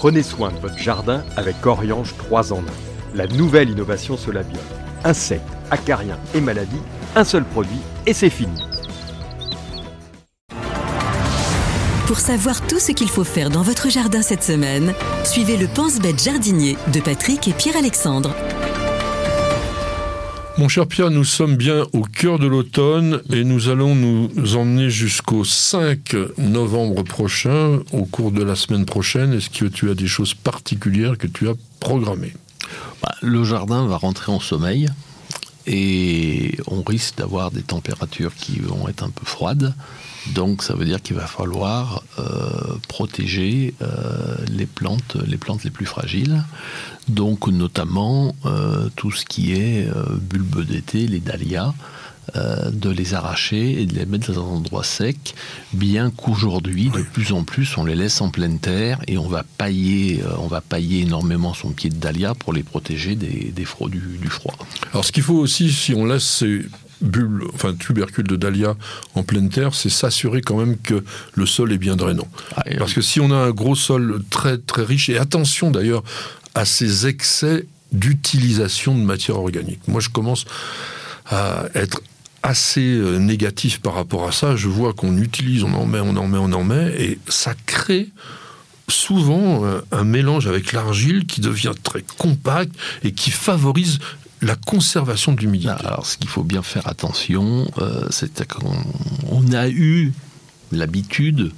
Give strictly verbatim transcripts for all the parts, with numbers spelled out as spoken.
Prenez soin de votre jardin avec Oriange trois en un. La nouvelle innovation Solabiol. Insectes, acariens et maladies, un seul produit et c'est fini. Pour savoir tout ce qu'il faut faire dans votre jardin cette semaine, suivez le Pense-Bête jardinier de Patrick et Pierre-Alexandre. Mon cher Pierre, nous sommes bien au cœur de l'automne et nous allons nous emmener jusqu'au cinq novembre prochain, au cours de la semaine prochaine. Est-ce que tu as des choses particulières que tu as programmées ? Bah, le jardin va rentrer en sommeil et on risque d'avoir des températures qui vont être un peu froides. Donc ça veut dire qu'il va falloir euh, protéger euh, les plantes, les plantes les plus fragiles. Donc notamment euh, tout ce qui est euh, bulbes d'été, les dahlias, euh, de les arracher et de les mettre dans un endroit sec, bien qu'aujourd'hui, de plus en plus, on les laisse en pleine terre et on va pailler, euh, on va pailler énormément son pied de dahlia pour les protéger des, des froids, du, du froid. Alors ce qu'il faut aussi, si on laisse ces bulbes, enfin tubercules de dahlia en pleine terre, c'est s'assurer quand même que le sol est bien drainant. Ah, Parce que si on a un gros sol très très riche, et attention d'ailleurs à ces excès d'utilisation de matière organique. Moi je commence à être assez négatif par rapport à ça. Je vois qu'on utilise, on en met, on en met, on en met, et ça crée souvent un mélange avec l'argile qui devient très compact et qui favorise la conservation de l'humidité. Alors, ce qu'il faut bien faire attention, euh, c'est qu'on on a eu l'habitude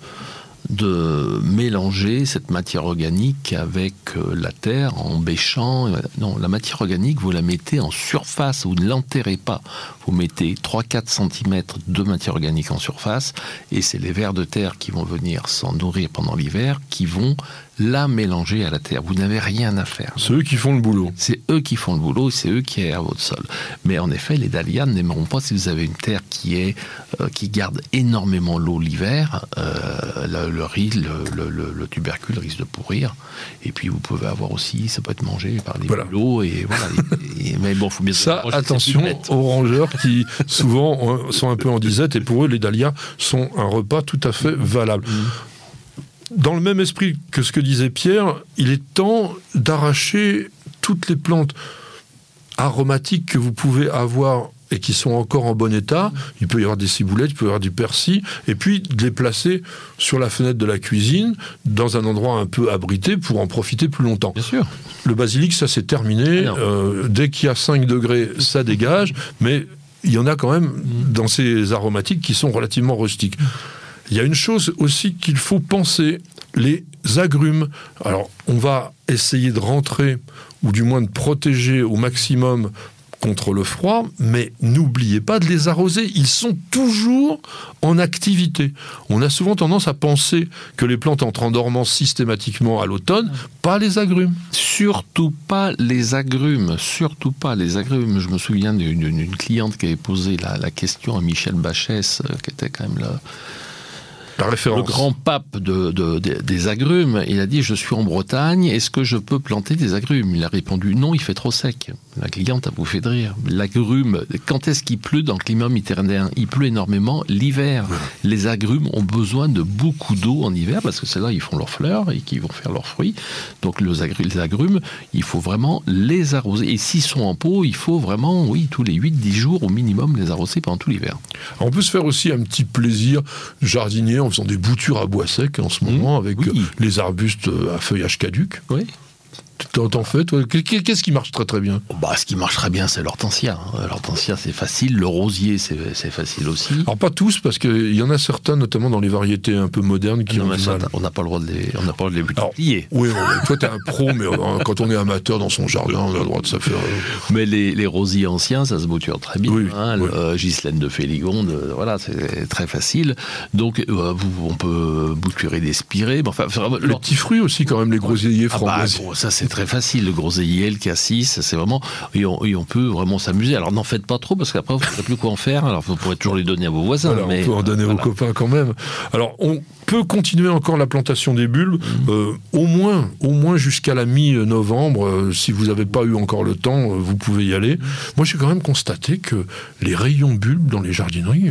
de mélanger cette matière organique avec euh, la terre en bêchant. Non, la matière organique, vous la mettez en surface, vous ne l'enterrez pas. Vous mettez trois à quatre centimètres de matière organique en surface et c'est les vers de terre qui vont venir s'en nourrir pendant l'hiver qui vont la mélanger à la terre. Vous n'avez rien à faire. C'est eux qui font le boulot. C'est eux qui font le boulot, c'est eux qui aèrent votre sol. Mais en effet, les dahlias n'aimeront pas si vous avez une terre qui est euh, qui garde énormément l'eau l'hiver. Euh, le, le, riz, le, le, le, le tubercule risque de pourrir. Et puis vous pouvez avoir aussi, ça peut être mangé par les voilà. bulots. Et voilà. et, et, mais bon, faut bien ça. Attention aux rongeurs qui souvent sont un peu en disette. Et pour eux, les dahlias sont un repas tout à fait valable. Mmh. Dans le même esprit que ce que disait Pierre, il est temps d'arracher toutes les plantes aromatiques que vous pouvez avoir et qui sont encore en bon état. Il peut y avoir des ciboulettes, il peut y avoir du persil, et puis de les placer sur la fenêtre de la cuisine, dans un endroit un peu abrité, pour en profiter plus longtemps. Bien sûr. Le basilic, ça c'est terminé. Ah euh, dès qu'il y a cinq degrés, ça dégage, mais il y en a quand même dans ces aromatiques qui sont relativement rustiques. Il y a une chose aussi qu'il faut penser, les agrumes. Alors, on va essayer de rentrer, ou du moins de protéger au maximum contre le froid, mais n'oubliez pas de les arroser. Ils sont toujours en activité. On a souvent tendance à penser que les plantes entrent en dormance systématiquement à l'automne, pas les agrumes. Surtout pas les agrumes, surtout pas les agrumes. Je me souviens d'une, d'une cliente qui avait posé la, la question à Michel Bachès, euh, qui était quand même là... La référence. Le grand pape de, de, de, des agrumes, il a dit « Je suis en Bretagne, est-ce que je peux planter des agrumes ?» Il a répondu « Non, il fait trop sec. » La cliente a bouffé de rire. L'agrume, quand est-ce qu'il pleut dans le climat méditerranéen ? Il pleut énormément l'hiver. Ouais. Les agrumes ont besoin de beaucoup d'eau en hiver, parce que c'est là qu'ils font leurs fleurs et qu'ils vont faire leurs fruits. Donc les agrumes, les agrumes, il faut vraiment les arroser. Et s'ils sont en pot, il faut vraiment, oui, tous les huit à dix jours au minimum, les arroser pendant tout l'hiver. On peut se faire aussi un petit plaisir jardinier en faisant des boutures à bois sec en ce moment, mmh, avec oui. les arbustes à feuillage caduc. Oui. T'en, t'en fais, toi ? Qu'est-ce qui marche très très bien ? Bah, ce qui marche très bien, c'est l'hortensia. L'hortensia, c'est facile. Le rosier, c'est, c'est facile aussi. Alors pas tous, parce qu'il y en a certains, notamment dans les variétés un peu modernes, qui non, ont du ça, mal. On n'a pas le droit de les, on n'a pas le droit de les multiplier. Oui, on, toi t'es un pro, mais quand on est amateur dans son jardin, on a le droit de ça faire. Mais les, les rosiers anciens, ça se bouture très bien. Oui, hein, oui. Le, Ghislaine de Féligonde, voilà, c'est très facile. Donc, euh, vous, on peut bouturer des spirées. Mais enfin, les leur... petits fruits aussi, quand même, les groseilliers framboisiers. Ah bah, bon, ça c'est très facile. Le groseillier, le cassis, c'est vraiment... Et on, et on peut vraiment s'amuser. Alors, n'en faites pas trop, parce qu'après, vous ne saurez plus quoi en faire. Alors, vous pourrez toujours les donner à vos voisins. Voilà, mais, on peut en donner voilà. aux copains quand même. Alors, on peut continuer encore la plantation des bulbes, mmh. euh, au moins, au moins jusqu'à la mi-novembre. Euh, si vous n'avez pas eu encore le temps, euh, vous pouvez y aller. Mmh. Moi, j'ai quand même constaté que les rayons bulbes dans les jardineries... Euh,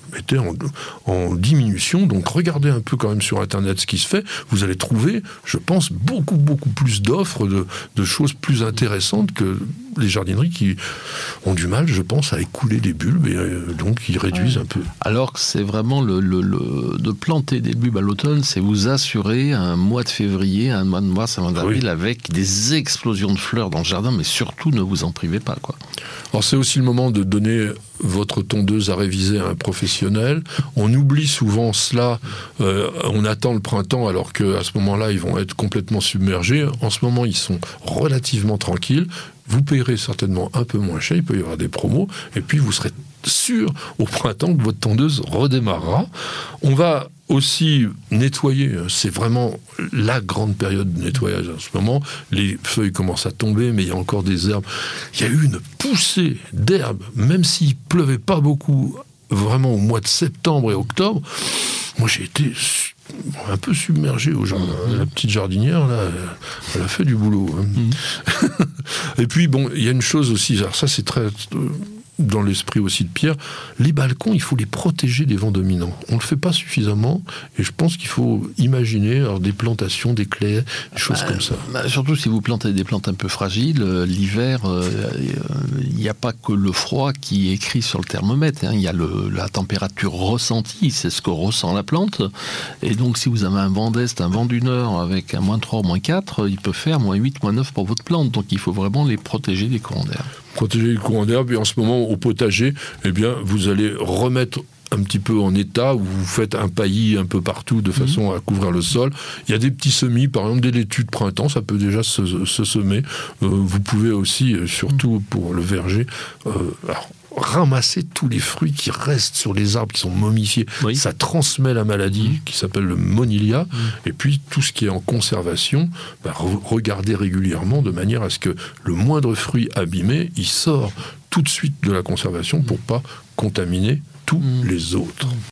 était en, en diminution. Donc regardez un peu quand même sur Internet ce qui se fait. Vous allez trouver, je pense, beaucoup, beaucoup plus d'offres, de, de choses plus intéressantes que les jardineries qui ont du mal, je pense, à écouler des bulbes et euh, donc ils réduisent ouais. un peu. Alors que c'est vraiment le, le, le, de planter des bulbes à l'automne, c'est vous assurer un mois de février, un mois de mars, un mois d'avril oui. avec des explosions de fleurs dans le jardin, mais surtout ne vous en privez pas, quoi. Alors c'est aussi le moment de donner votre tondeuse à réviser à un professionnel. On oublie souvent cela, euh, on attend le printemps alors qu'à ce moment-là, ils vont être complètement submergés. En ce moment, ils sont relativement tranquilles. Vous payerez certainement un peu moins cher, il peut y avoir des promos, et puis vous serez sûr au printemps que votre tondeuse redémarrera. On va aussi nettoyer, c'est vraiment la grande période de nettoyage en ce moment. Les feuilles commencent à tomber, mais il y a encore des herbes. Il y a eu une poussée d'herbes, même s'il pleuvait pas beaucoup, vraiment au mois de septembre et octobre. Moi, j'ai été un peu submergé au jardin. Mmh. La petite jardinière, là, elle a fait du boulot. Hein. Mmh. Et puis, bon, il y a une chose aussi, alors ça, c'est très... dans l'esprit aussi de Pierre, les balcons, il faut les protéger des vents dominants. On ne le fait pas suffisamment, et je pense qu'il faut imaginer alors, des plantations, des claies, des choses bah, comme ça. Bah, surtout si vous plantez des plantes un peu fragiles, euh, l'hiver, il euh, n'y a pas que le froid qui est écrit sur le thermomètre, il hein, y a le, la température ressentie, c'est ce que ressent la plante, et donc si vous avez un vent d'est, un vent du nord, avec un moins trois, moins quatre, il peut faire moins huit, moins neuf pour votre plante, donc il faut vraiment les protéger des courants d'air. Protéger les courants d'herbe, et en ce moment, au potager, eh bien, vous allez remettre un petit peu en état, où vous faites un paillis un peu partout, de façon mmh. à couvrir le sol. Il y a des petits semis, par exemple, des laitues de printemps, ça peut déjà se, se semer. Euh, vous pouvez aussi, surtout pour le verger, euh, alors, ramasser tous les fruits qui restent sur les arbres qui sont momifiés. Oui. Ça transmet la maladie mmh. qui s'appelle le monilia. Mmh. Et puis, tout ce qui est en conservation, bah, re- regardez régulièrement de manière à ce que le moindre fruit abîmé, il sort tout de suite de la conservation pour pas contaminer tous mmh. les autres.